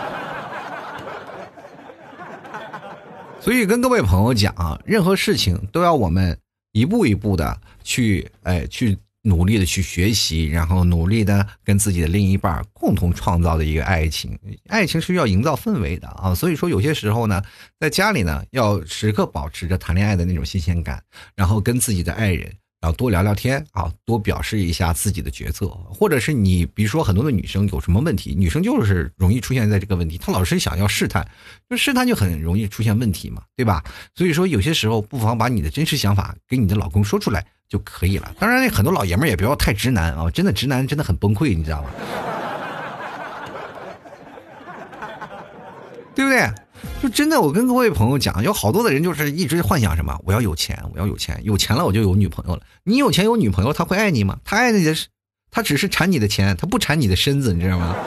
所以跟各位朋友讲啊，任何事情都要我们一步一步的去努力的去学习，然后努力的跟自己的另一半共同创造的一个爱情。爱情是要营造氛围的啊，所以说有些时候呢，在家里呢要时刻保持着谈恋爱的那种新鲜感，然后跟自己的爱人然后多聊聊天啊，多表示一下自己的角色。或者是你比如说很多的女生有什么问题，女生就是容易出现在这个问题，她老是想要试探，就试探就很容易出现问题嘛，对吧？所以说有些时候不妨把你的真实想法给你的老公说出来就可以了。当然很多老爷们儿也不要太直男啊，真的直男真的很崩溃，你知道吗？对不对？就真的我跟各位朋友讲，有好多的人就是一直幻想什么，我要有钱，我要有钱，有钱了我就有女朋友了。你有钱有女朋友，他会爱你吗？他爱你的是，他只是馋你的钱，他不馋你的身子，你知道吗？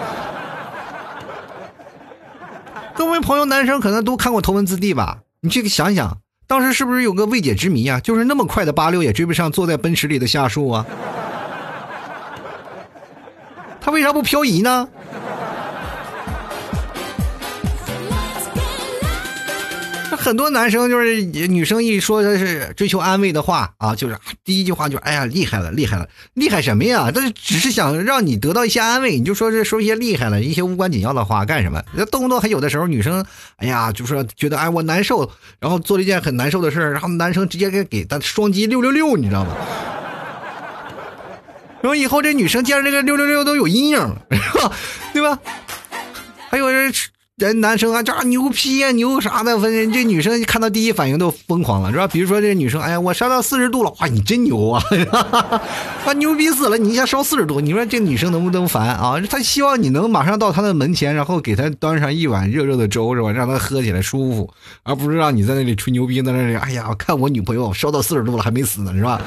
各位朋友男生可能都看过《头文字 D》吧，你去想想当时是不是有个未解之谜啊？就是那么快的86也追不上坐在奔驰里的夏树啊，他为啥不漂移呢？很多男生就是女生一说的是追求安慰的话啊，就是第一句话就是哎呀厉害了厉害了，厉害什么呀？但是只是想让你得到一些安慰，你就说一些厉害了一些无关紧要的话干什么？动不动还有的时候女生哎呀就说觉得哎我难受，然后做了一件很难受的事，然后男生直接给他双击666，你知道吗？然后以后这女生见着这个666都有阴影，对吧？还有人男生啊，这牛批啊牛啥的，反正这女生看到第一反应都疯狂了，是吧？比如说这女生，哎呀，我烧到40度了，哇，你真牛啊，啊牛逼死了，你一下烧40度，你说这女生能不能烦啊？她希望你能马上到她的门前，然后给她端上一碗热热的粥，是吧？让她喝起来舒服，而不是让你在那里吹牛逼，在那里，哎呀，看我女朋友烧到40度了还没死呢，是吧？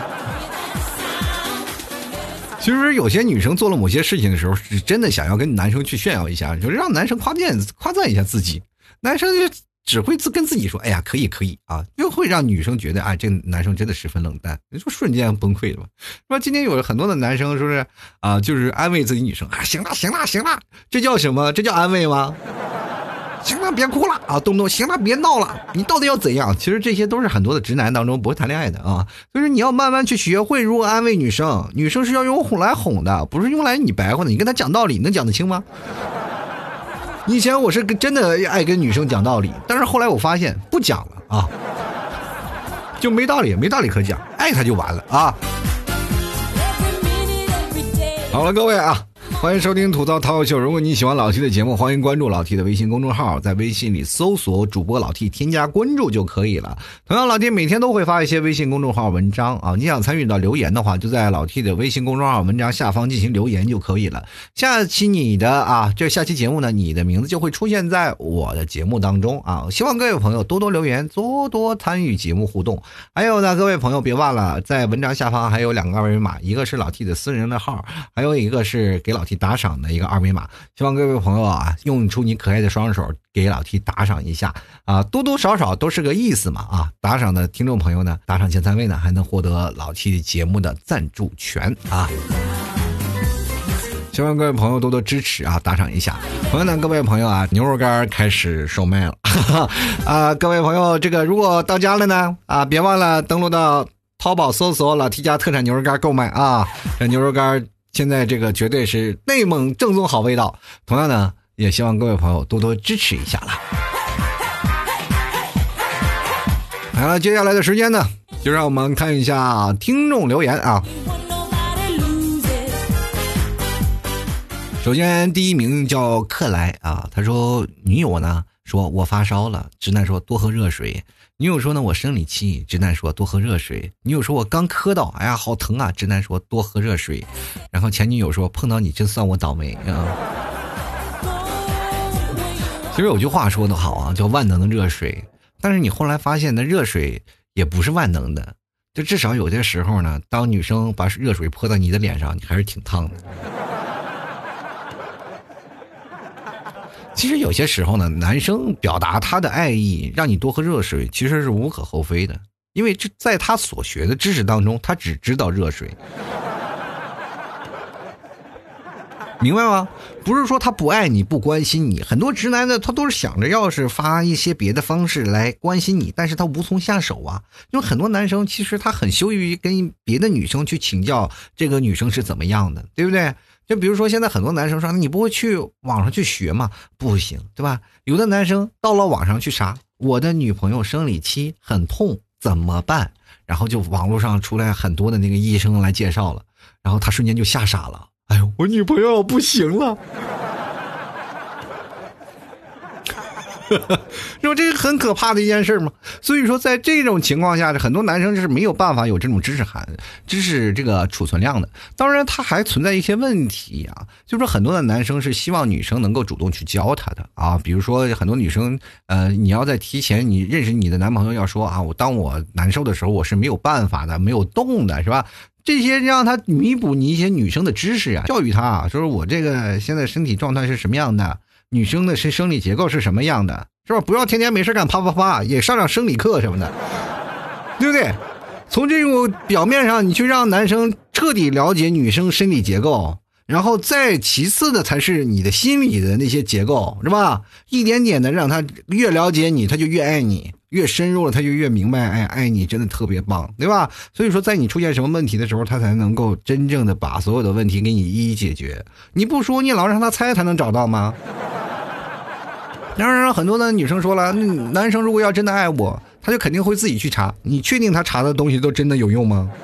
其实有些女生做了某些事情的时候，是真的想要跟男生去炫耀一下，就是让男生夸赞一下自己。男生就只会跟自己说：“哎呀，可以啊！”又会让女生觉得，这个男生真的十分冷淡，你说瞬间崩溃了吧？说今天有很多的男生说是啊，就是安慰自己女生啊，行了，这叫什么？这叫安慰吗？行了，别哭了啊！动不动行了，别闹了，你到底要怎样？其实这些都是很多的直男当中不会谈恋爱的啊，所以说你要慢慢去学会如何安慰女生。女生是要用哄来哄的，不是用来你白话的。你跟她讲道理，能讲得清吗？以前我是真的爱跟女生讲道理，但是后来我发现不讲了啊，就没道理可讲，爱她就完了啊。好了，各位啊。 欢迎收听吐槽涛秀。如果你喜欢老 T 的节目，欢迎关注老 T 的微信公众号，在微信里搜索主播老 T， 添加关注就可以了。同样，老 T 每天都会发一些微信公众号文章啊，你想参与到留言的话，就在老 T 的微信公众号文章下方进行留言就可以了。下期节目呢，你的名字就会出现在我的节目当中啊。希望各位朋友多多留言，多多参与节目互动。还有呢，各位朋友别忘了，在文章下方还有2个二维码，一个是老 T 的私人的号，还有一个是给老 T 打赏的一个二维码。希望各位朋友啊，用出你可爱的双手给老 T 打赏一下啊，多多少少都是个意思嘛啊！打赏的听众朋友呢，打赏前3位呢，还能获得老 T 节目的赞助权啊！希望各位朋友多多支持啊，打赏一下。朋友呢，各位朋友啊，牛肉干开始售卖了啊！各位朋友，这个如果到家了呢啊，别忘了登录到淘宝搜索老 T 家特产牛肉干购买啊！这牛肉干现在这个绝对是内蒙正宗好味道。同样呢，也希望各位朋友多多支持一下啦。好了，接下来的时间呢，就让我们看一下听众留言啊。首先第一名叫克莱啊，他说女友呢说我发烧了，直男说多喝热水。女友说呢我生理期，直男说多喝热水。女友说我刚磕到，哎呀好疼啊，直男说多喝热水。然后前女友说碰到你真算我倒霉啊。其实有句话说得好啊，叫万能的热水，但是你后来发现那热水也不是万能的，就至少有些时候呢，当女生把热水泼到你的脸上，你还是挺烫的。其实有些时候呢，男生表达他的爱意，让你多喝热水，其实是无可厚非的，因为这在他所学的知识当中，他只知道热水，明白吗？不是说他不爱你不关心你，很多直男呢，他都是想着要是发一些别的方式来关心你，但是他无从下手啊。因为很多男生其实他很羞于跟别的女生去请教这个女生是怎么样的，对不对？就比如说现在很多男生说你不会去网上去学吗？不行，对吧？有的男生到了网上去查我的女朋友生理期很痛怎么办，然后就网络上出来很多的那个医生来介绍了，然后他瞬间就吓傻了，哎呦我女朋友不行了。说这是很可怕的一件事嘛。所以说在这种情况下，很多男生是没有办法有这种知识这个储存量的。当然他还存在一些问题啊，就是说很多的男生是希望女生能够主动去教他的啊，比如说很多女生你要在提前你认识你的男朋友要说啊，当我难受的时候我是没有办法的，没有动的，是吧？这些让他弥补你一些女生的知识啊，教育他啊，说我这个现在身体状态是什么样的，女生的生理结构是什么样的，是吧？不要天天没事干啪啪啪，也上生理课什么的，对不对？从这种表面上你去让男生彻底了解女生生理结构，然后再其次的才是你的心理的那些结构，是吧？一点点的让他越了解你，他就越爱你，越深入了他就越明白，爱你真的特别棒，对吧？所以说在你出现什么问题的时候，他才能够真正的把所有的问题给你一一解决。你不说，你老让他猜，他能找到吗？当然很多的女生说了，男生如果要真的爱我，他就肯定会自己去查。你确定他查的东西都真的有用吗？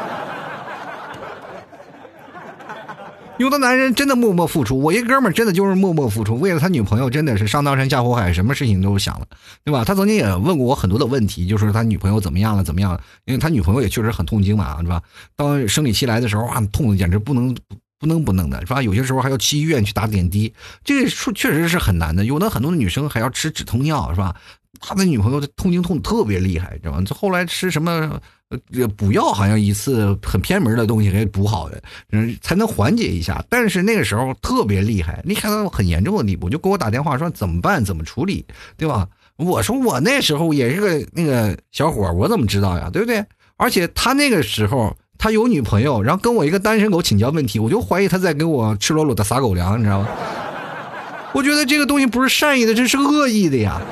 有的男人真的默默付出，我一哥们儿真的就是默默付出，为了他女朋友真的是上刀山下火海，什么事情都想了，对吧？他曾经也问过我很多的问题，就是他女朋友怎么样了，因为他女朋友也确实很痛经嘛，是吧？当生理期来的时候啊，痛的简直不能的，是吧？有些时候还要去医院去打点滴，这个确实是很难的。有的很多的女生还要吃止痛药，是吧？他的女朋友痛经痛特别厉害，知道吗？后来吃什么补药，好像一次很偏门的东西给补好的，才能缓解一下。但是那个时候特别厉害，你看到很严重的地步，就给我打电话说怎么办，怎么处理，对吧？我说我那时候也是个那个小伙，我怎么知道呀，对不对？而且他那个时候他有女朋友，然后跟我一个单身狗请教问题，我就怀疑他在给我赤裸裸的撒狗粮，你知道吗？我觉得这个东西不是善意的，这是恶意的呀。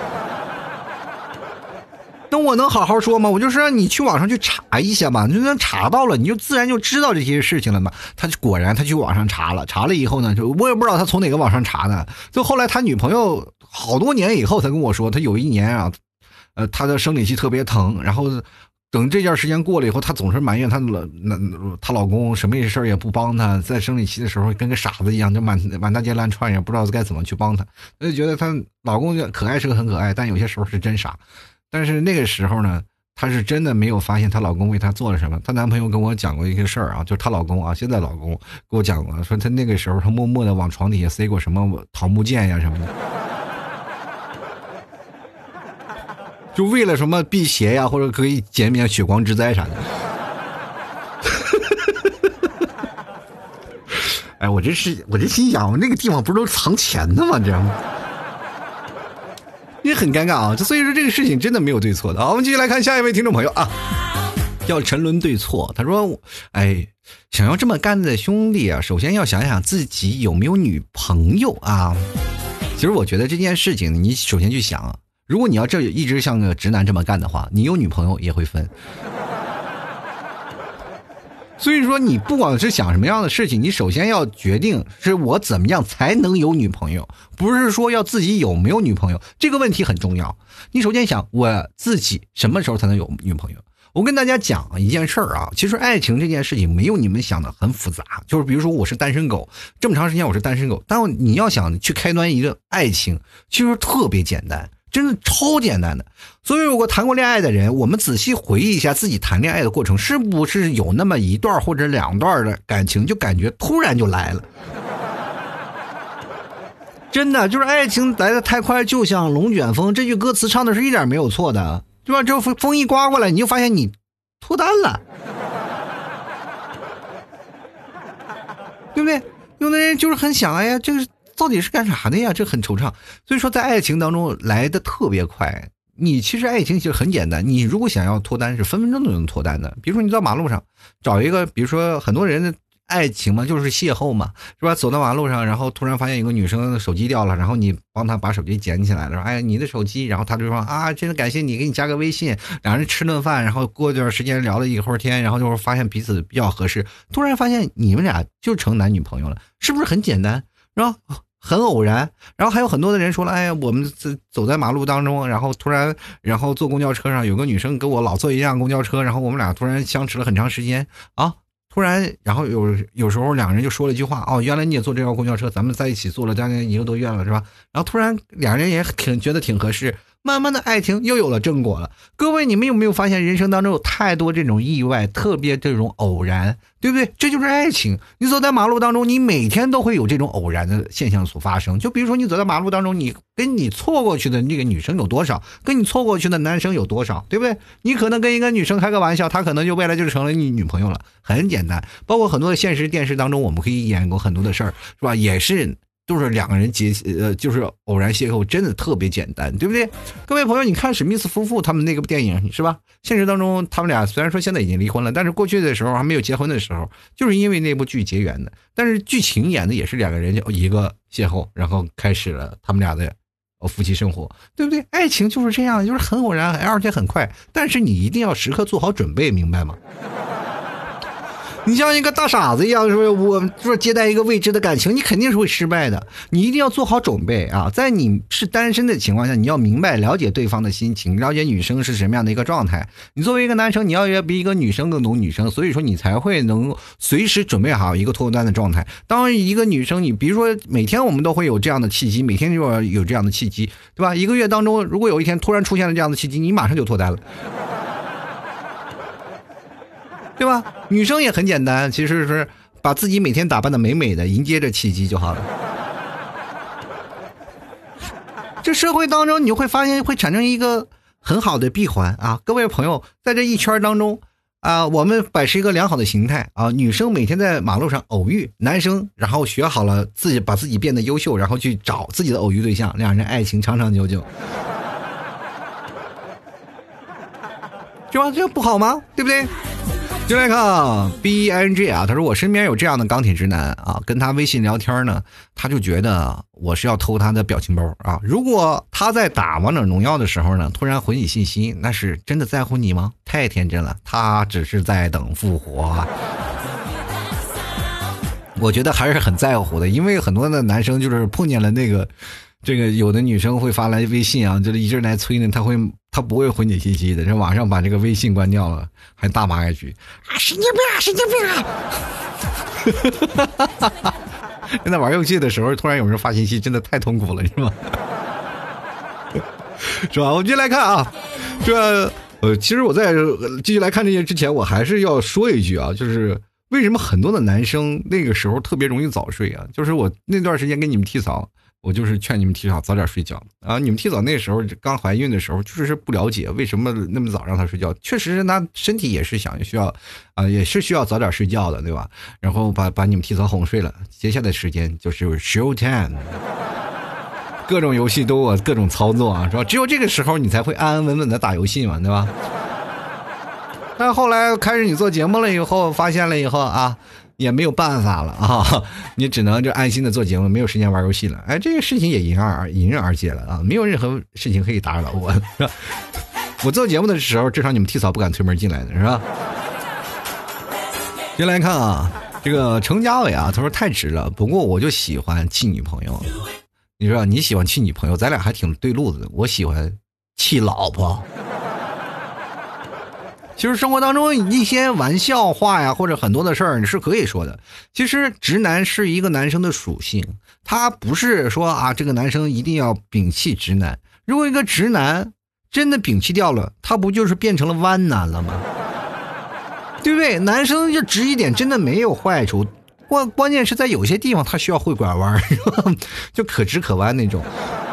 那我能好好说吗？我就是让你去网上去查一下嘛，你就能查到了，你就自然就知道这些事情了嘛。他果然他去网上查了以后呢，就我也不知道他从哪个网上查的。就后来他女朋友好多年以后才跟我说，他有一年啊，他的生理期特别疼，然后等这段时间过了以后，她总是埋怨她老公什么事儿也不帮她，在生理期的时候跟个傻子一样，就满大街乱窜，也不知道该怎么去帮她。她就觉得她老公可爱是个很可爱，但有些时候是真傻。但是那个时候呢，她是真的没有发现她老公为她做了什么。她男朋友跟我讲过一个事儿啊，就是她老公啊，现在老公跟我讲过，说他那个时候他默默的往床底下塞过什么桃木剑呀什么的。就为了什么辟邪呀，或者可以减免血光之灾啥的。哎，我这心想，我那个地方不是都藏钱的吗？这样，也很尴尬啊。所以说这个事情真的没有对错的。好，我们继续来看下一位听众朋友啊，叫沉沦对错。他说：“哎，想要这么干的兄弟啊，首先要想想自己有没有女朋友啊。其实我觉得这件事情，你首先去想啊。”如果你要一直像个直男这么干的话，你有女朋友也会分。所以说你不管是想什么样的事情，你首先要决定是我怎么样才能有女朋友，不是说要自己有没有女朋友，这个问题很重要。你首先想我自己什么时候才能有女朋友。我跟大家讲一件事儿啊，其实爱情这件事情没有你们想的很复杂，就是比如说我是单身狗，这么长时间我是单身狗，但你要想去开端一个爱情，其实特别简单。真的超简单的。所以如果谈过恋爱的人，我们仔细回忆一下自己谈恋爱的过程，是不是有那么一段或者两段的感情就感觉突然就来了。真的就是爱情来得太快，就像龙卷风，这句歌词唱的是一点没有错的，对吧？这风一刮过来，你就发现你脱单了，对不对？有的人就是很想，哎呀，这个到底是干啥的呀？这很惆怅。所以说在爱情当中来的特别快。你其实爱情其实很简单，你如果想要脱单是分分钟都能脱单的。比如说你到马路上找一个，比如说很多人的爱情嘛就是邂逅嘛，是吧？走到马路上，然后突然发现有个女生手机掉了，然后你帮她把手机捡起来了，说哎你的手机，然后她就说啊真的感谢你，给你加个微信，两人吃顿饭，然后过一段时间聊了一会儿天，然后就发现彼此比较合适，突然发现你们俩就成男女朋友了，是不是很简单？然后很偶然。然后还有很多的人说了，哎呀我们走在马路当中，然后突然坐公交车上有个女生跟我老坐一辆公交车，然后我们俩突然相识了很长时间啊，突然然后有时候两个人就说了一句话，哦原来你也坐这辆公交车，咱们在一起坐了将近1个多月了是吧？然后突然两人也觉得挺合适，慢慢的爱情又有了正果了。各位你们有没有发现人生当中有太多这种意外，特别这种偶然，对不对？这就是爱情。你走在马路当中，你每天都会有这种偶然的现象所发生。就比如说你走在马路当中，你跟你错过去的那个女生有多少，跟你错过去的男生有多少，对不对？你可能跟一个女生开个玩笑，她可能就未来就成了你女朋友了，很简单。包括很多的现实电视当中我们可以演过很多的事儿，是吧？也是就是两个人就是偶然邂逅，真的特别简单，对不对？各位朋友，你看史密斯夫妇他们那个电影是吧？现实当中他们俩虽然说现在已经离婚了，但是过去的时候还没有结婚的时候，就是因为那部剧结缘的。但是剧情演的也是两个人一个邂逅，然后开始了他们俩的夫妻生活，对不对？爱情就是这样，就是很偶然而且很快，但是你一定要时刻做好准备，明白吗？你像一个大傻子一样，说我说接待一个未知的感情，你肯定是会失败的。你一定要做好准备啊！在你是单身的情况下，你要明白了解对方的心情，了解女生是什么样的一个状态。你作为一个男生，你要比一个女生更懂女生，所以说你才会能随时准备好一个脱单的状态。当一个女生，你比如说每天我们都会有这样的契机，每天就要有这样的契机，对吧？一个月当中，如果有一天突然出现了这样的契机，你马上就脱单了。对吧？女生也很简单，其实是把自己每天打扮的美美的，迎接着契机就好了。这社会当中你就会发现会产生一个很好的闭环啊！各位朋友，在这一圈当中啊，我们摆是一个良好的形态啊。女生每天在马路上偶遇男生，然后学好了把自己变得优秀，然后去找自己的偶遇对象，两人爱情长长久久。这不好吗？对不对？就来看啊 BNG 啊，他说我身边有这样的钢铁直男啊，跟他微信聊天呢，他就觉得我是要偷他的表情包啊。如果他在打王者荣耀的时候呢，突然回你信息，那是真的在乎你吗？太天真了，他只是在等复活啊。 我觉得还是很在乎的，因为很多的男生就是碰见了这个有的女生会发来微信啊，就是一直来催呢，他不会回你信息的，这晚上把这个微信关掉了，还大骂一句啊，神经病啊，神经病啊！在玩游戏的时候，突然有人发信息，真的太痛苦了，是吧？是吧？我们继续来看啊，其实我在继续来看这些之前，我还是要说一句啊，就是为什么很多的男生那个时候特别容易早睡啊？就是我那段时间跟你们提早，我就是劝你们提早点睡觉啊。你们提早那时候刚怀孕的时候，就是不了解为什么那么早让他睡觉，确实他身体也是需要啊，也是需要早点睡觉的，对吧？然后把你们提早哄睡了，接下来的时间就是 show time。各种游戏都有各种操作啊，是吧？只有这个时候你才会安安稳稳的打游戏嘛，对吧？但后来开始你做节目了以后，发现了以后啊，也没有办法了啊，你只能就安心的做节目，没有时间玩游戏了。哎，这个事情也迎刃而解了啊，没有任何事情可以打扰我。是吧？我做节目的时候，至少你们提早不敢推门进来的是吧？先来看啊，这个程家伟啊，他说太直了，不过我就喜欢气女朋友。你说你喜欢气女朋友，咱俩还挺对路子的。我喜欢气老婆。其实生活当中一些玩笑话呀，或者很多的事儿你是可以说的。其实直男是一个男生的属性，他不是说啊这个男生一定要摒弃直男。如果一个直男真的摒弃掉了，他不就是变成了弯男了吗？对不对？男生就直一点真的没有坏处。关键是在有些地方他需要会拐弯，是吧？就可直可弯那种。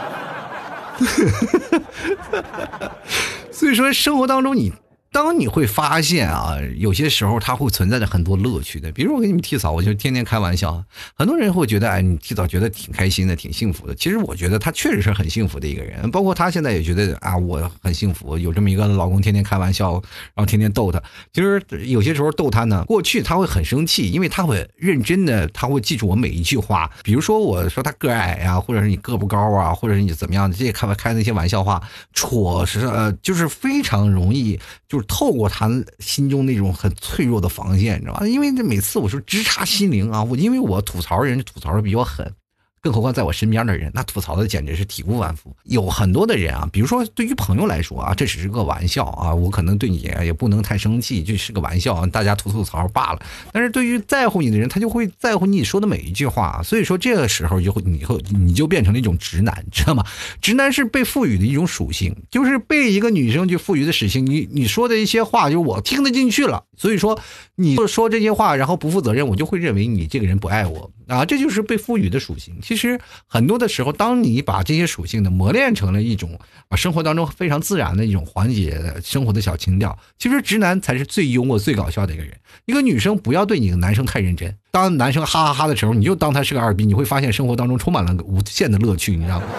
所以说生活当中当你会发现啊，有些时候它会存在着很多乐趣的。比如我给你们提早，我就天天开玩笑，很多人会觉得哎，你提早觉得挺开心的，挺幸福的。其实我觉得他确实是很幸福的一个人，包括他现在也觉得啊，我很幸福，有这么一个老公天天开玩笑，然后天天逗他。其实有些时候逗他呢，过去他会很生气，因为他会认真的，他会记住我每一句话。比如说我说他个矮啊，或者是你个不高啊，或者是你怎么样的，这些开那些玩笑话，就是非常容易就是透过他心中那种很脆弱的防线，你知道吧？因为这每次我说直插心灵啊，因为我吐槽人吐槽的比较狠，更何况在我身边的人，那吐槽的简直是体无完肤。有很多的人啊，比如说对于朋友来说啊，这只是个玩笑啊，我可能对你也不能太生气，就是个玩笑啊，大家吐槽罢了。但是对于在乎你的人，他就会在乎你说的每一句话，所以说这个时候你就变成了一种直男，知道吗？直男是被赋予的一种属性，就是被一个女生去赋予的属性。你说的一些话，就是我听得进去了，所以说你说这些话，然后不负责任，我就会认为你这个人不爱我啊，这就是被赋予的属性。其实很多的时候，当你把这些属性呢磨练成了一种生活当中非常自然的一种缓解生活的小情调，其实直男才是最幽默最搞笑的一个人。一个女生不要对你的男生太认真，当男生哈哈哈的时候，你就当他是个二逼，你会发现生活当中充满了无限的乐趣，你知道吗？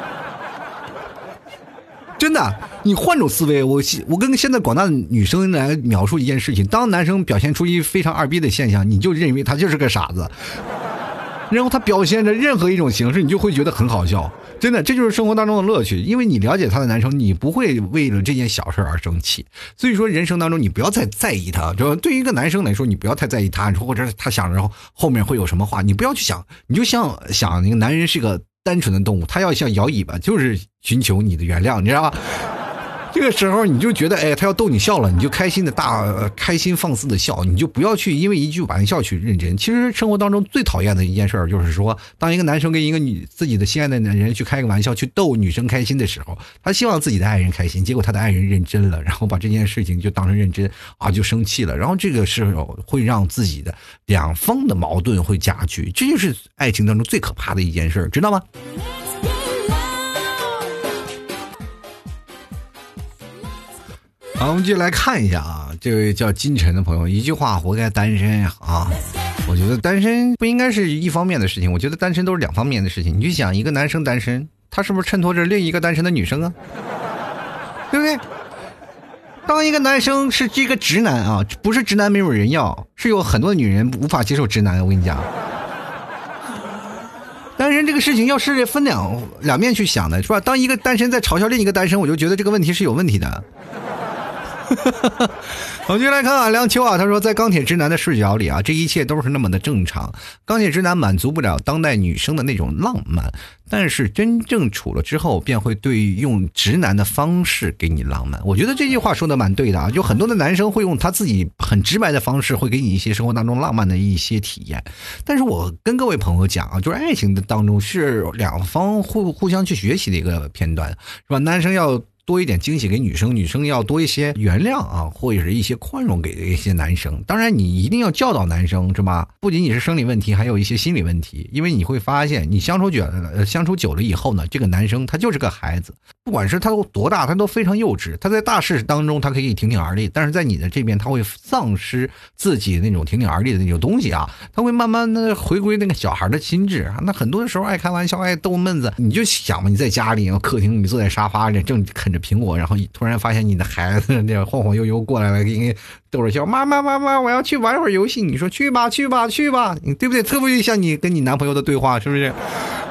真的，你换种思维，我跟现在广大的女生来描述一件事情，当男生表现出一非常二逼的现象，你就认为他就是个傻子，然后他表现着任何一种形式，你就会觉得很好笑。真的，这就是生活当中的乐趣，因为你了解他的男生，你不会为了这件小事而生气。所以说人生当中你不要再在意他，对于一个男生来说，你不要太在意他，或者他想着后面会有什么话，你不要去想，你就想那个男人是个单纯的动物，他要像摇尾巴，就是寻求你的原谅，你知道吧？这个时候你就觉得哎，他要逗你笑了，你就开心放肆的笑，你就不要去因为一句玩笑去认真。其实生活当中最讨厌的一件事就是说，当一个男生跟一个自己的心爱的男人去开个玩笑，去逗女生开心的时候，他希望自己的爱人开心，结果他的爱人认真了，然后把这件事情就当成认真啊，就生气了，然后这个时候会让自己的两方的矛盾会加剧，这就是爱情当中最可怕的一件事，知道吗？好，我们继续来看一下啊，这位叫金晨的朋友，一句话活该单身呀啊！我觉得单身不应该是一方面的事情，我觉得单身都是两方面的事情。你去想，一个男生单身，他是不是衬托着另一个单身的女生啊？对不对？当一个男生是这个直男啊，不是直男没有人要，是有很多女人无法接受直男。我跟你讲，单身这个事情要是分两面去想的，是吧？当一个单身在嘲笑另一个单身，我就觉得这个问题是有问题的。 我们就来看啊，梁秋啊，他说在钢铁直男的视角里啊，这一切都是那么的正常。钢铁直男满足不了当代女生的那种浪漫，但是真正处了之后，便会对用直男的方式给你浪漫。我觉得这句话说的蛮对的啊，就很多的男生会用他自己很直白的方式，会给你一些生活当中浪漫的一些体验。但是我跟各位朋友讲啊，就是爱情的当中是两方互相去学习的一个片段，是吧？男生要多一点惊喜给女生，女生要多一些原谅啊，或者是一些宽容给一些男生。当然你一定要教导男生，是吧？不仅仅是生理问题，还有一些心理问题。因为你会发现你相处久了以后呢，这个男生他就是个孩子，不管是他多大，他都非常幼稚。他在大事当中他可以挺挺而立，但是在你的这边他会丧失自己那种挺挺而立的那种东西啊，他会慢慢的回归那个小孩的心智啊。那很多的时候爱开玩笑爱逗闷子，你就想吧，你在家里客厅你坐在沙发上正啃着苹果，然后突然发现你的孩子这晃晃悠悠过来了，给你逗着笑，妈妈妈妈，我要去玩会儿游戏。你说去吧去吧去吧，对不对？特别像你跟你男朋友的对话，是不是？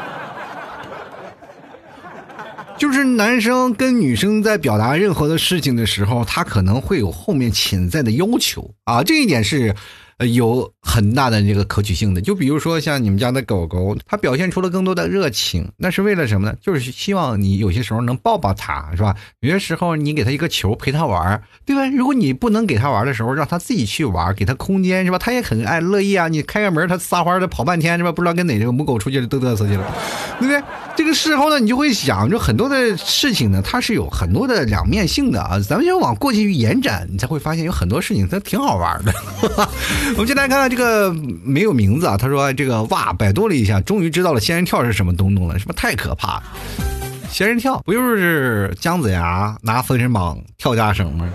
就是男生跟女生在表达任何的事情的时候，他可能会有后面潜在的要求啊，这一点是有很大的这个可取性的。就比如说像你们家的狗狗，它表现出了更多的热情，那是为了什么呢？就是希望你有些时候能抱抱它，是吧？有些时候你给它一个球陪它玩，对吧？如果你不能给它玩的时候，让它自己去玩，给它空间，是吧？它也很爱乐意啊。你开个门，它撒欢的跑半天，是吧？不知道跟哪个母狗出去嘚瑟去了，对不对？这个时候呢，你就会想，就很多的事情呢，它是有很多的两面性的啊。咱们就往过去延展，你才会发现有很多事情它挺好玩的。我们先来看看这个没有名字啊，他说这个哇，百度了一下，终于知道了仙人跳是什么东东了，是不是太可怕了？仙人跳不就是姜子牙拿封神榜跳大绳吗？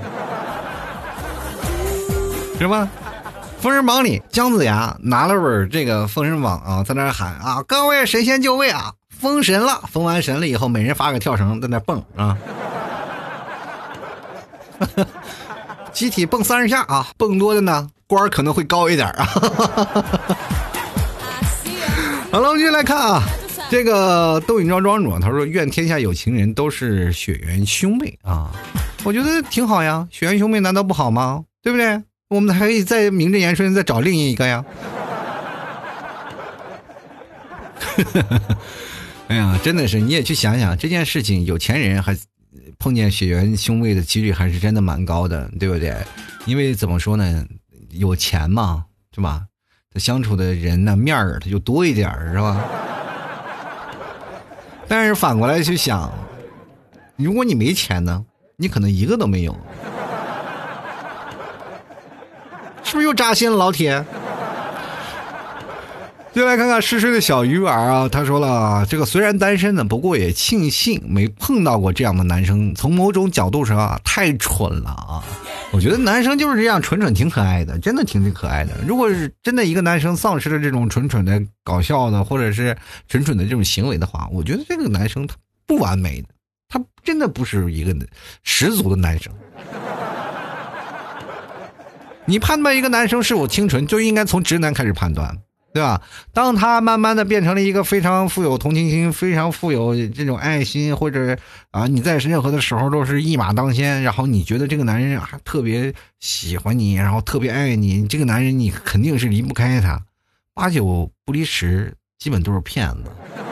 是吧？封神榜里姜子牙拿了本这个封神榜啊，在那喊啊，各位神仙就位啊，封神了，封完神了以后，每人发个跳绳在那蹦啊。集体蹦30下啊，蹦多的呢官可能会高一点啊。好了，我们继续来看啊，这个窦允庄庄主他说愿天下有情人都是血缘兄妹啊，我觉得挺好呀，血缘兄妹难道不好吗？对不对？我们还可以再名正言顺再找另一个呀。哎呀，真的是你也去想想这件事情，有钱人还碰见血缘兄妹的几率还是真的蛮高的，对不对？因为怎么说呢，有钱嘛，是吧？他相处的人呢面儿他就多一点，是吧？但是反过来去想，如果你没钱呢，你可能一个都没有，是不是又扎心了，老铁？就来看看诗诗的小鱼儿啊，他说了，这个虽然单身呢，不过也庆幸没碰到过这样的男生。从某种角度上啊，太蠢了啊！我觉得男生就是这样蠢蠢挺可爱的，真的挺可爱的。如果是真的一个男生丧失了这种蠢蠢的搞笑的，或者是蠢蠢的这种行为的话，我觉得这个男生他不完美的，他真的不是一个十足的男生。你判断一个男生是否清纯，就应该从直男开始判断。对吧？当他慢慢的变成了一个非常富有同情心、非常富有这种爱心，或者啊你在任何的时候都是一马当先，然后你觉得这个男人啊特别喜欢你，然后特别爱你，这个男人你肯定是离不开他，8、9不离10，基本都是骗子。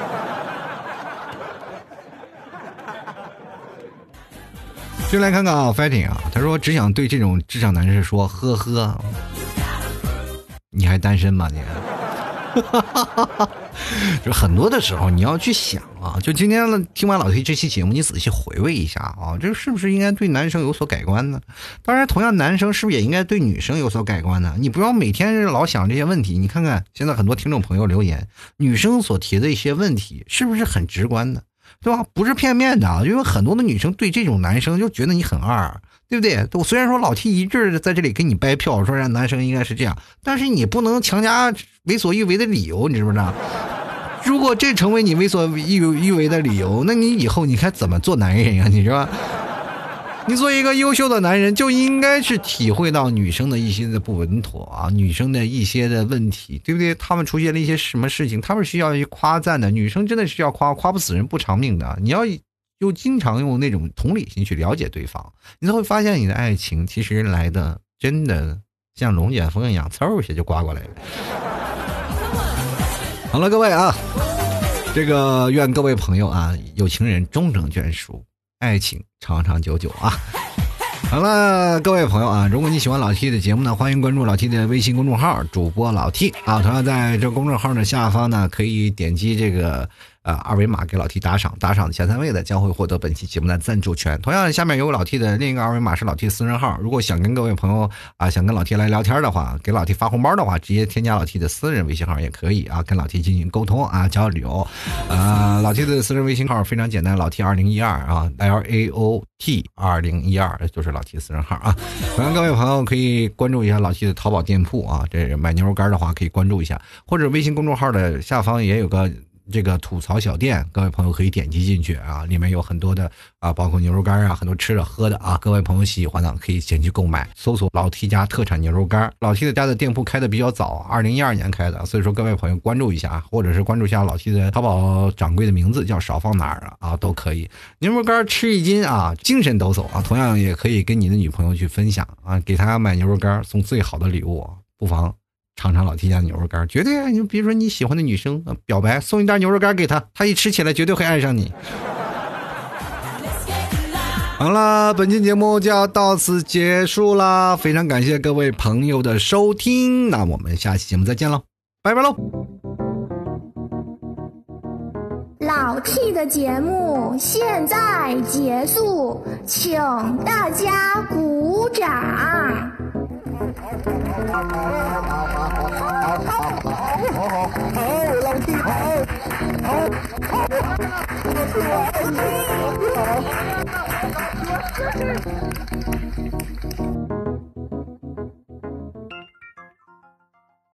就来看看啊 ，fighting 啊，他说只想对这种职场男士说，呵呵，你还单身吗你？就很多的时候你要去想啊，就今天听完老 T 这期节目，你仔细回味一下啊，这是不是应该对男生有所改观呢？当然，同样男生是不是也应该对女生有所改观呢？你不要每天老想这些问题。你看看现在很多听众朋友留言，女生所提的一些问题是不是很直观的，对吧？不是片面的啊，因为很多的女生对这种男生就觉得你很二。对不对？我虽然说老 T 一致在这里给你掰票，说让男生应该是这样，但是你不能强加为所欲为的理由，你知不知道？如果这成为你为所欲为的理由，那你以后你该怎么做男人呀？你知道吧？你做一个优秀的男人，就应该是体会到女生的一些的不稳妥啊，女生的一些的问题，对不对？他们出现了一些什么事情，他们需要夸赞的。女生真的是要夸不死人不偿命的。你要又经常用那种同理心去了解对方，你才会发现你的爱情其实来的真的像龙卷风一样，嗖一下就刮过来了。好了，各位啊，这个愿各位朋友啊，有情人终成眷属，爱情长长久久啊。好了，各位朋友啊，如果你喜欢老 T 的节目呢，欢迎关注老 T 的微信公众号主播老 T 啊。同样在这公众号的下方呢，可以点击这个二维码给老 T 打赏，打赏的前3位的将会获得本期节目的赞助权。同样下面有老 T 的另一个二维码是老 T 私人号，如果想跟各位朋友啊，想跟老 T 来聊天的话，给老 T 发红包的话，直接添加老 T 的私人微信号也可以啊，跟老 T 进行沟通啊，交流。老 T 的私人微信号非常简单，老 T 2012啊 ，LAOT 2012就是老 T 私人号啊。同样各位朋友可以关注一下老 T 的淘宝店铺啊，这买牛肉干的话可以关注一下，或者微信公众号的下方也有个这个吐槽小店，各位朋友可以点击进去啊，里面有很多的啊，包括牛肉干啊，很多吃的喝的啊，各位朋友喜欢的可以前去购买，搜索老 T 家特产牛肉干。老 T 的家的店铺开的比较早，2012年开的，所以说各位朋友关注一下，或者是关注一下老 T 的淘宝掌柜的名字叫少放哪儿啊，都可以。牛肉干吃1斤啊，精神抖擞啊，同样也可以跟你的女朋友去分享啊，给她买牛肉干送最好的礼物，不妨尝尝老 T 家牛肉干，绝对你比如说你喜欢的女生表白，送一袋牛肉干给她，她一吃起来绝对会爱上你。好了，本期节目就要到此结束啦，非常感谢各位朋友的收听，那我们下期节目再见喽，拜拜喽。 老 T 的节目现在结束，请大家鼓掌。好，